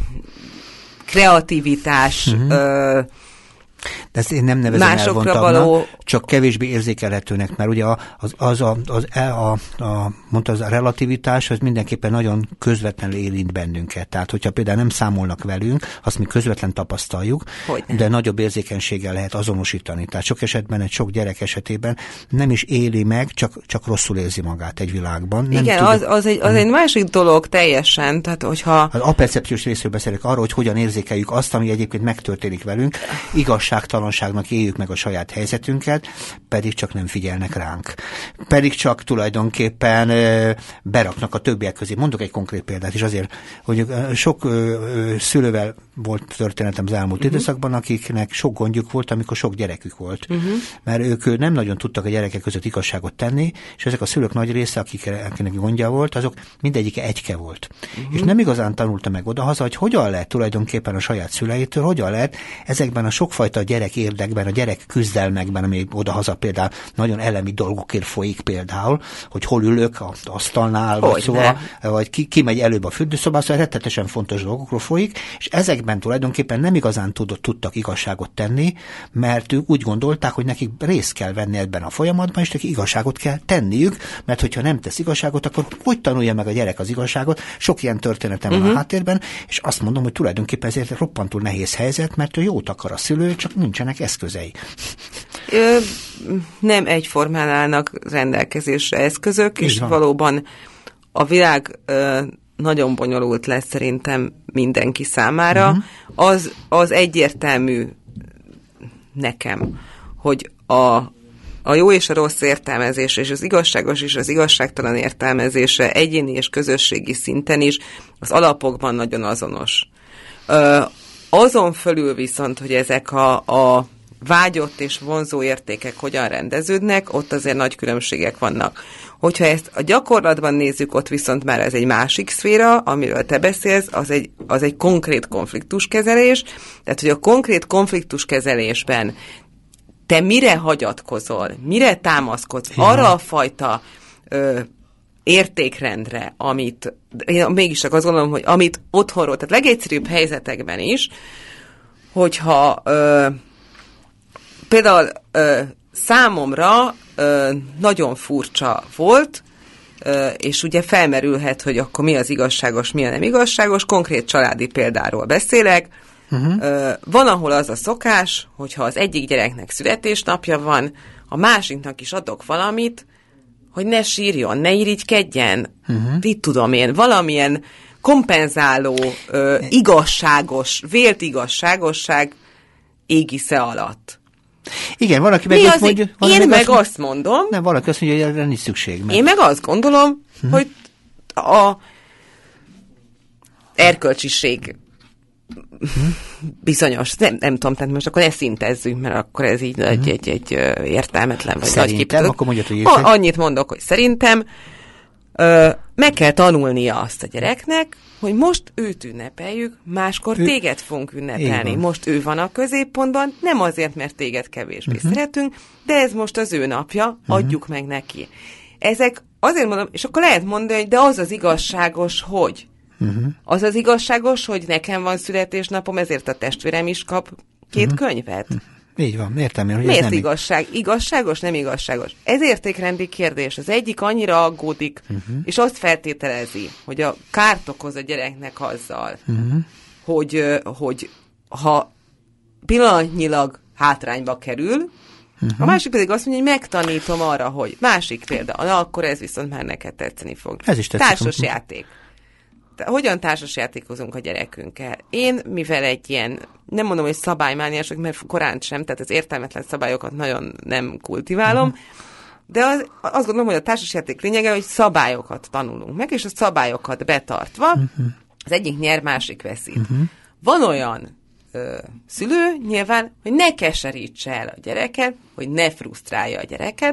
kreativitás, uh-huh. ö, de ezt én nem nevezem elvontabbnak, való... csak kevésbé érzékelhetőnek, mert ugye az, az, a, az a, a, mondta, az a relativitás, az mindenképpen nagyon közvetlenül érint bennünket. Tehát, hogyha például nem számolnak velünk, azt mi közvetlen tapasztaljuk, Hogyne. de nagyobb érzékenységgel lehet azonosítani. Tehát sok esetben, egy sok gyerek esetében nem is éli meg, csak, csak rosszul érzi magát egy világban. Nem Igen, tudja, az, az, egy, az egy másik dolog teljesen, tehát hogyha... Az apercepciós részről beszélek arról, hogy hogyan érzékeljük azt, ami egyébként megtörténik velünk, igazságtalanságnak éljük meg a saját helyzetünket, pedig csak nem figyelnek ránk. Pedig csak tulajdonképpen ö, beraknak a többiek közé. Mondok egy konkrét példát is azért, hogy ö, sok ö, ö, szülővel volt történetem az elmúlt uh-huh. időszakban, akiknek sok gondjuk volt, amikor sok gyerekük volt. Uh-huh. Mert ők nem nagyon tudtak a gyerekek között igazságot tenni, és ezek a szülők nagy része, akikre, akinek gondja volt, azok mindegyike egyke volt. Uh-huh. És nem igazán tanulta meg odahaza, hogy hogyan lehet tulajdonképpen a saját szüleitől, hogyan lehet ezekben a sokfajta gyerek érdekben, a gyerek küzdelmekben, ami odahaza például nagyon elemi dolgokért folyik például, hogy hol ülök az asztalnál, vagy, szóval, vagy ki, ki megy előbb a fürdőszobába, szóval rettetesen fontos dolgokról folyik, és ezekben tulajdonképpen nem igazán tudott, tudtak igazságot tenni, mert ők úgy gondolták, hogy nekik részt kell venni ebben a folyamatban, és nekik igazságot kell tenniük, mert hogyha nem tesz igazságot, akkor hogy tanulja meg a gyerek az igazságot? Sok ilyen történetem uh-huh. van a háttérben, és azt mondom, hogy tulajdonképpen ezért roppantul nehéz helyzet, mert ő jót akar a szülő, csak nincsenek eszközei. Ö, nem egyformán állnak rendelkezésre eszközök, és van. Valóban a világ ö, nagyon bonyolult lesz szerintem mindenki számára. Uh-huh. Az, az egyértelmű nekem, hogy a, a jó és a rossz értelmezése, és az igazságos és az igazságtalan értelmezése egyéni és közösségi szinten is az alapokban nagyon azonos. Ö, azon fölül viszont, hogy ezek a, a vágyott és vonzó értékek hogyan rendeződnek, ott azért nagy különbségek vannak. Hogyha ezt a gyakorlatban nézzük, ott viszont már ez egy másik szféra, amiről te beszélsz, az egy, az egy konkrét konfliktuskezelés, tehát hogy a konkrét konfliktuskezelésben te mire hagyatkozol, mire támaszkodsz, ja. arra a fajta ö, értékrendre, amit én mégis csak azt gondolom, hogy amit otthonról, tehát legegyszerűbb helyzetekben is, hogyha ö, például ö, számomra ö, nagyon furcsa volt, ö, és ugye felmerülhet, hogy akkor mi az igazságos, mi a nem igazságos, konkrét családi példáról beszélek. Uh-huh. Ö, van, ahol az a szokás, hogyha az egyik gyereknek születésnapja van, a másiknak is adok valamit, hogy ne sírjon, ne irigykedjen, uh-huh. itt tudom én, valamilyen kompenzáló, ö, igazságos, vélt igazságosság égisze alatt. Igen, valaki meg azt mondja... Én meg, meg azt, azt mondom... Nem, valaki azt mondja, hogy erre nincs szükség. Mert... Én meg azt gondolom, uh-huh. hogy a erkölcsiség uh-huh. bizonyos, nem, nem tudom, tehát most akkor ne szintezzünk, mert akkor ez így uh-huh. egy, egy, egy értelmetlen vagy nagy kép. Akkor mondjad, hogy a, annyit mondok, hogy szerintem ö, meg kell tanulnia azt a gyereknek, hogy most őt ünnepeljük, máskor ő... téged fogunk ünnepelni. Most ő van a középpontban, nem azért, mert téged kevésbé uh-huh. szeretünk, de ez most az ő napja, uh-huh. adjuk meg neki. Ezek azért mondom, és akkor lehet mondani, hogy de az az igazságos, hogy? Uh-huh. Az az igazságos, hogy nekem van születésnapom, ezért a testvérem is kap két uh-huh. könyvet. Uh-huh. Így van, értem én, hogy miért ez nem igazság? Igazságos, nem igazságos? Ez értékrendi kérdés. Az egyik annyira aggódik, uh-huh. és azt feltételezi, hogy a kárt okoz a gyereknek azzal, uh-huh. hogy, hogy ha pillanatnyilag hátrányba kerül, uh-huh. a másik pedig azt mondja, hogy megtanítom arra, hogy másik példa, na akkor ez viszont már neked tetszeni fog. Ez is tetszik. Társas játék. Hogyan társasjátékozunk a gyerekünkkel? Én, mivel egy ilyen, nem mondom, hogy szabálymániások, mert korán sem, tehát az értelmetlen szabályokat nagyon nem kultiválom, uh-huh. de az, azt gondolom, hogy a társasjáték lényege, hogy szabályokat tanulunk meg, és a szabályokat betartva uh-huh. az egyik nyer, másik veszít. Uh-huh. Van olyan ö, szülő, nyilván, hogy ne keserítse el a gyereket, hogy ne frusztrálja a gyereket.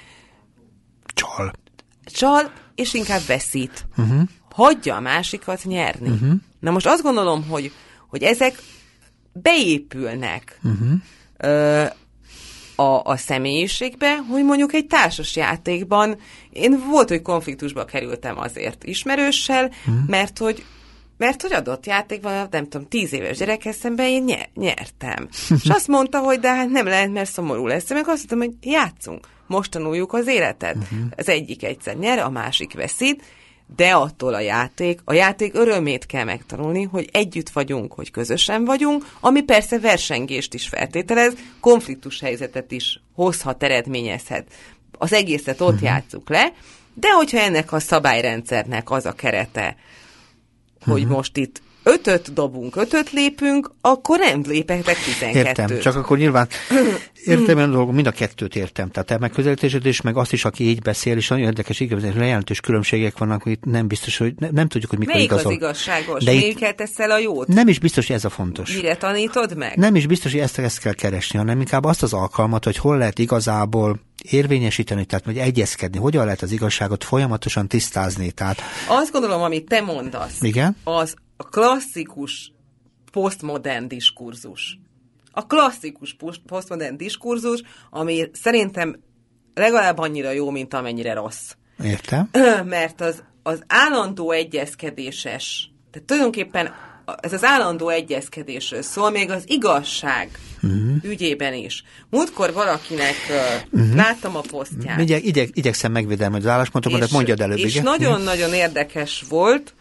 Csal. Csal, és inkább veszít. Uh-huh. Hagyja a másikat nyerni. Uh-huh. Na most azt gondolom, hogy, hogy ezek beépülnek uh-huh. ö, a, a személyiségbe, hogy mondjuk egy társas játékban én volt, hogy konfliktusba kerültem azért ismerőssel, uh-huh. mert hogy mert hogy adott játékban, nem tudom, tíz éves gyerekkel szemben én nyer, nyertem. És azt mondta, hogy de hát nem lehet, mert szomorú lesz. Meg azt mondtam, hogy játszunk. Most tanuljuk az életet. Uh-huh. Az egyik egyszer nyer, a másik veszít, de attól a játék, a játék örömét kell megtanulni, hogy együtt vagyunk, hogy közösen vagyunk, ami persze versengést is feltételez, konfliktus helyzetet is hozhat, eredményezhet. Az egészet ott uh-huh. játsszuk le, de hogyha ennek a szabályrendszernek az a kerete, hogy uh-huh. most itt ötöt dobunk, ötöt lépünk, akkor nem léphetek tizenkettőt. Értem, csak akkor nyilván értem olyan dolgok, mind a kettőt értem. Tehát a megközelítésed is, meg azt is, aki így beszél, és nagyon érdekes, igazán jelentős különbségek vannak, hogy nem biztos, hogy ne, nem tudjuk, hogy mikor melyik igazol. Melyik az igazságos? De melyiket teszel a jót? Nem is biztos, hogy ez a fontos. Mire tanítod meg? Nem is biztos, hogy ezt, ezt kell keresni, hanem inkább azt az alkalmat, hogy hol lehet igazából érvényesíteni, tehát vagy egyezkedni, hogyan lehet az igazságot folyamatosan tisztázni. Tehát... Azt gondolom, amit te mondasz, igen? az a klasszikus posztmodern diskurzus. A klasszikus posztmodern diskurzus, ami szerintem legalább annyira jó, mint amennyire rossz. Értem. Mert az, az állandó egyezkedéses, tehát tulajdonképpen ez az állandó egyezkedésről szól, még az igazság uh-huh. ügyében is. Múltkor valakinek uh, láttam a posztját. Igyek, igyek, igyekszem megvédelni az álláspontokat, de mondjad előbb. És igen? nagyon-nagyon érdekes volt,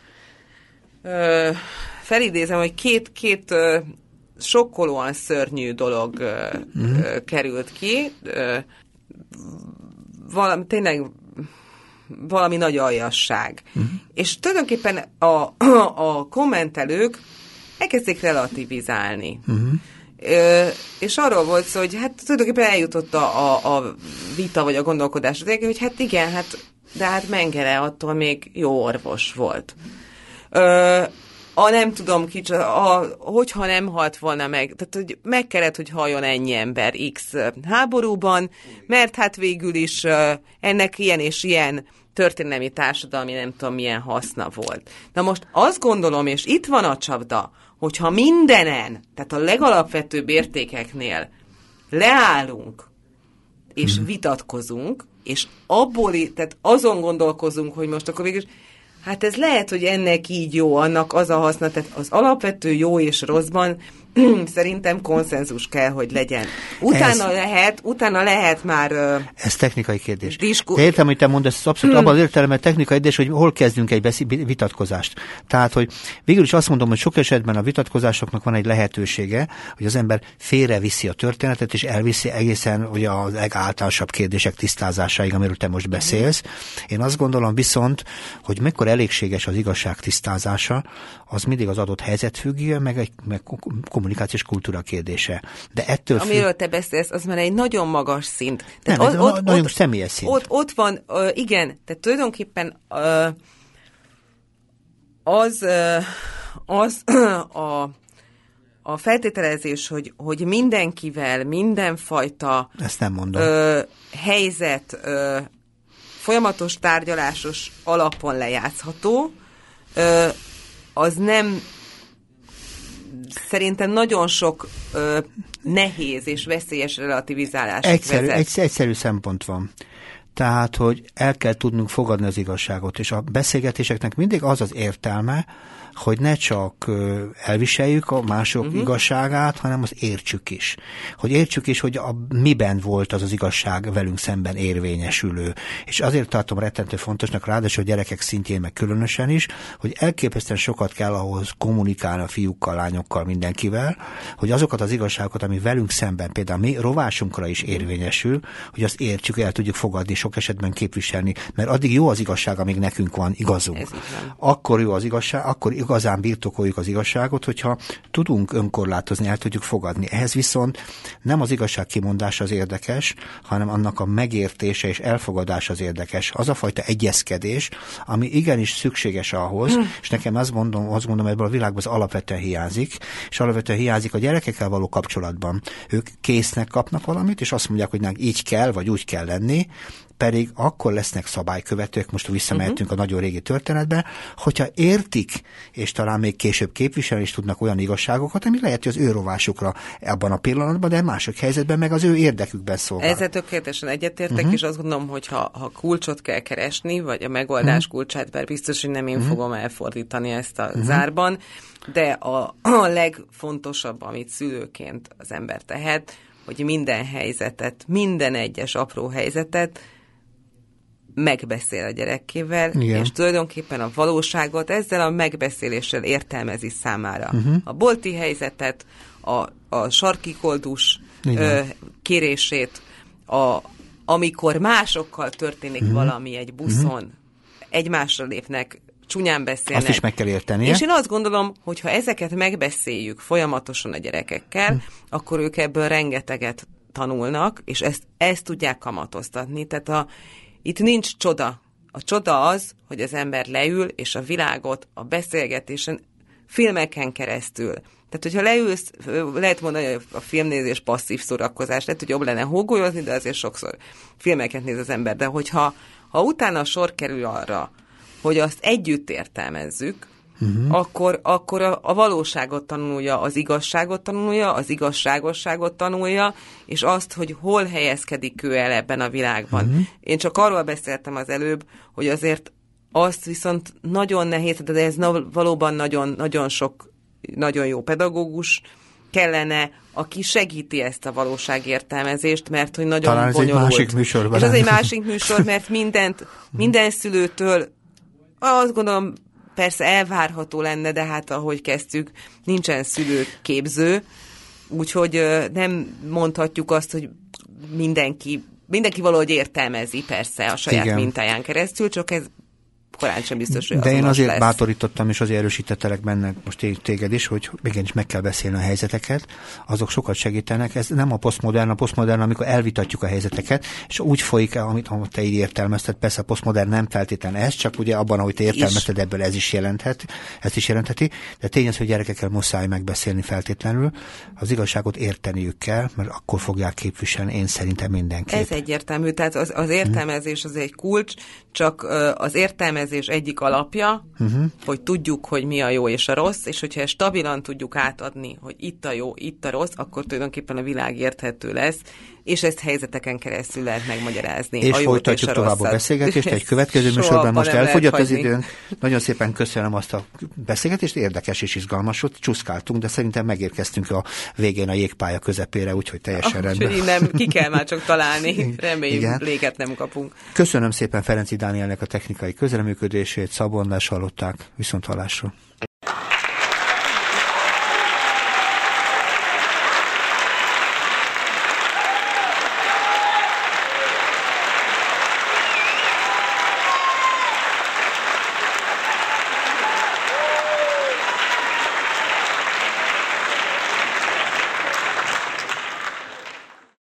uh, felidézem, hogy két, két uh, sokkolóan szörnyű dolog uh, uh-huh. uh, került ki. Uh, valami, tényleg valami nagy aljasság. Uh-huh. És tulajdonképpen a, a, a kommentelők elkezdték relativizálni. Uh-huh. Ö, és arról volt szó, hogy hát tulajdonképpen eljutott a, a, a vita vagy a gondolkodás, hogy hát igen, hát, de hát Mengele attól még jó orvos volt. Ö, a nem tudom kicsit, a, hogyha nem halt volna meg, tehát hogy meg kellett, hogy haljon ennyi ember X háborúban, mert hát végül is uh, ennek ilyen és ilyen történelmi társadalmi nem tudom milyen haszna volt. Na most azt gondolom, és itt van a csapda, hogyha mindenen, tehát a legalapvetőbb értékeknél leállunk, és hmm. vitatkozunk, és abból, tehát azon gondolkozunk, hogy most akkor végül hát ez lehet, hogy ennek így jó, annak az a haszna, tehát az alapvető jó és rosszban szerintem konszenzus kell, hogy legyen. Utána ez, lehet, utána lehet már... Uh, ez technikai kérdés. Disku- Te értem, hogy te mondasz, abszolút hmm. abban az értelemben technikai kérdés, hogy hol kezdünk egy beszél, vitatkozást. Tehát, hogy végül is azt mondom, hogy sok esetben a vitatkozásoknak van egy lehetősége, hogy az ember félreviszi a történetet, és elviszi egészen ugye a legáltalánosabb kérdések tisztázásáig, amiről te most beszélsz. Én azt gondolom viszont, hogy mikor elégséges az igazság tisztázása, az mindig az adott helyzet függő, meg egy meg kommunikációs kultúra kérdése. De ettől amiről függ... te beszélsz, az már egy nagyon magas szint. Tehát nem, ott, ott, nagyon ott, személyes szint. Ott, ott van, uh, igen, tehát tulajdonképpen uh, az, uh, az uh, a, a feltételezés, hogy, hogy mindenkivel, mindenfajta ezt nem mondom. Uh, helyzet uh, folyamatos tárgyalásos alapon lejátszható, uh, az nem szerintem nagyon sok ö, nehéz és veszélyes relativizálás egyszerű, vezet. egy, egyszerű szempont van. Tehát, hogy el kell tudnunk fogadni az igazságot, és a beszélgetéseknek mindig az az értelme, hogy ne csak elviseljük a mások uh-huh. igazságát, hanem azt értsük is. Hogy értsük is, hogy a, miben volt az az igazság velünk szemben érvényesülő. És azért tartom rettentő fontosnak, ráadásul a gyerekek szintjén meg különösen is, hogy elképesztően sokat kell ahhoz kommunikálni a fiúkkal, lányokkal, mindenkivel, hogy azokat az igazságokat, ami velünk szemben, például mi rovásunkra is érvényesül, hogy azt értsük, el tudjuk fogadni, sok esetben képviselni, mert addig jó az igazság, amíg nekünk van igazunk. Akkor jó az igazság, akkor igazán birtokoljuk az igazságot, hogyha tudunk önkorlátozni, el tudjuk fogadni. Ehhez viszont nem az igazság kimondása az érdekes, hanem annak a megértése és elfogadása az érdekes. Az a fajta egyezkedés, ami igenis szükséges ahhoz, hmm. és nekem azt mondom, azt mondom, ebből a világban az alapvetően hiányzik, és alapvetően hiányzik a gyerekekkel való kapcsolatban. Ők késznek kapnak valamit, és azt mondják, hogy így kell, vagy úgy kell lenni, pedig akkor lesznek szabálykövetők, most visszamehetünk uh-huh. a nagyon régi történetbe, hogyha értik, és talán még később képviselni is tudnak olyan igazságokat, ami lehet, hogy az ő rovásukra abban a pillanatban, de mások helyzetben meg az ő érdekükben szolgál. Ezzel tökéletesen egyetértek, uh-huh. és azt gondolom, hogy ha, ha kulcsot kell keresni, vagy a megoldás uh-huh. kulcsát, bár biztos, hogy nem én uh-huh. fogom elfordítani ezt a uh-huh. zárban, de a, a legfontosabb, amit szülőként az ember tehet, hogy minden helyzetet, minden egyes apró helyzetet megbeszél a gyerekével, igen. és tulajdonképpen a valóságot ezzel a megbeszéléssel értelmezi számára. Uh-huh. A bolti helyzetet, a, a sarki koldus ö, kérését, a, amikor másokkal történik uh-huh. valami egy buszon, uh-huh. egymásra lépnek csúnyán beszélnek. Azt is meg kell érteni. És én azt gondolom, hogy ha ezeket megbeszéljük folyamatosan a gyerekekkel, hm. akkor ők ebből rengeteget tanulnak, és ezt, ezt tudják kamatoztatni. Tehát a, itt nincs csoda. A csoda az, hogy az ember leül, és a világot a beszélgetésen, filmeken keresztül. Tehát, hogyha leülsz, lehet mondani, hogy a filmnézés passzív szórakozás, lehet, hogy jobb lenne hógolyozni, de azért sokszor filmeket néz az ember. De hogyha ha utána sor kerül arra, hogy azt együtt értelmezzük, uh-huh. akkor, akkor a, a valóságot tanulja, az igazságot tanulja, az igazságosságot tanulja, és azt, hogy hol helyezkedik ő el ebben a világban. Uh-huh. Én csak arról beszéltem az előbb, hogy azért azt viszont nagyon nehéz, de ez valóban nagyon, nagyon sok, nagyon jó pedagógus kellene, aki segíti ezt a valóságértelmezést, mert hogy nagyon talán ez bonyolult. Egy másik műsor, és az egy másik műsor, mert mindent, minden szülőtől azt gondolom, persze elvárható lenne, de hát ahogy kezdtük, nincsen szülőképző, úgyhogy nem mondhatjuk azt, hogy mindenki, mindenki valahogy értelmezi persze a saját Igen. mintáján keresztül, csak ez korán sem biztos, hogy de én azért lesz. Bátorítottam, és azért erősítettelek benne most téged is, hogy igenis meg kell beszélni a helyzeteket, azok sokat segítenek. Ez nem a posztmodern, a posztmodern, amikor elvitatjuk a helyzeteket, és úgy folyik el, amit, amit te így értelmezted. Persze a posztmodern nem feltétlenül ez, csak ugye abban, ahogy te értelmezted, is. Ebből ez is jelenthet, ezt is jelentheti, de tény az, hogy gyerekekkel muszáj megbeszélni feltétlenül. Az igazságot érteniük kell, mert akkor fogják képviselni, én szerintem mindenképp. Ez egyértelmű, tehát az, az értelmezés az egy kulcs, csak az értelmezés egyik alapja, uh-huh. hogy tudjuk, hogy mi a jó és a rossz, és hogyha ezt stabilan tudjuk átadni, hogy itt a jó, itt a rossz, akkor tulajdonképpen a világ érthető lesz, és ezt helyzeteken keresztül lehet megmagyarázni. És folytatjuk tovább a beszélgetést, egy következő műsorban most elfogyott az időnk. Nagyon szépen köszönöm azt a beszélgetést, érdekes és izgalmas volt, csúszkáltunk, de szerintem megérkeztünk a végén a jégpálya közepére, úgyhogy teljesen ah, rendben. Úgyhogy nem, ki kell már csak találni, reméljük léget nem kapunk. Köszönöm szépen Ferenczy Dánielnek a technikai közreműködését, Szabolnás hallották, viszont hallásra.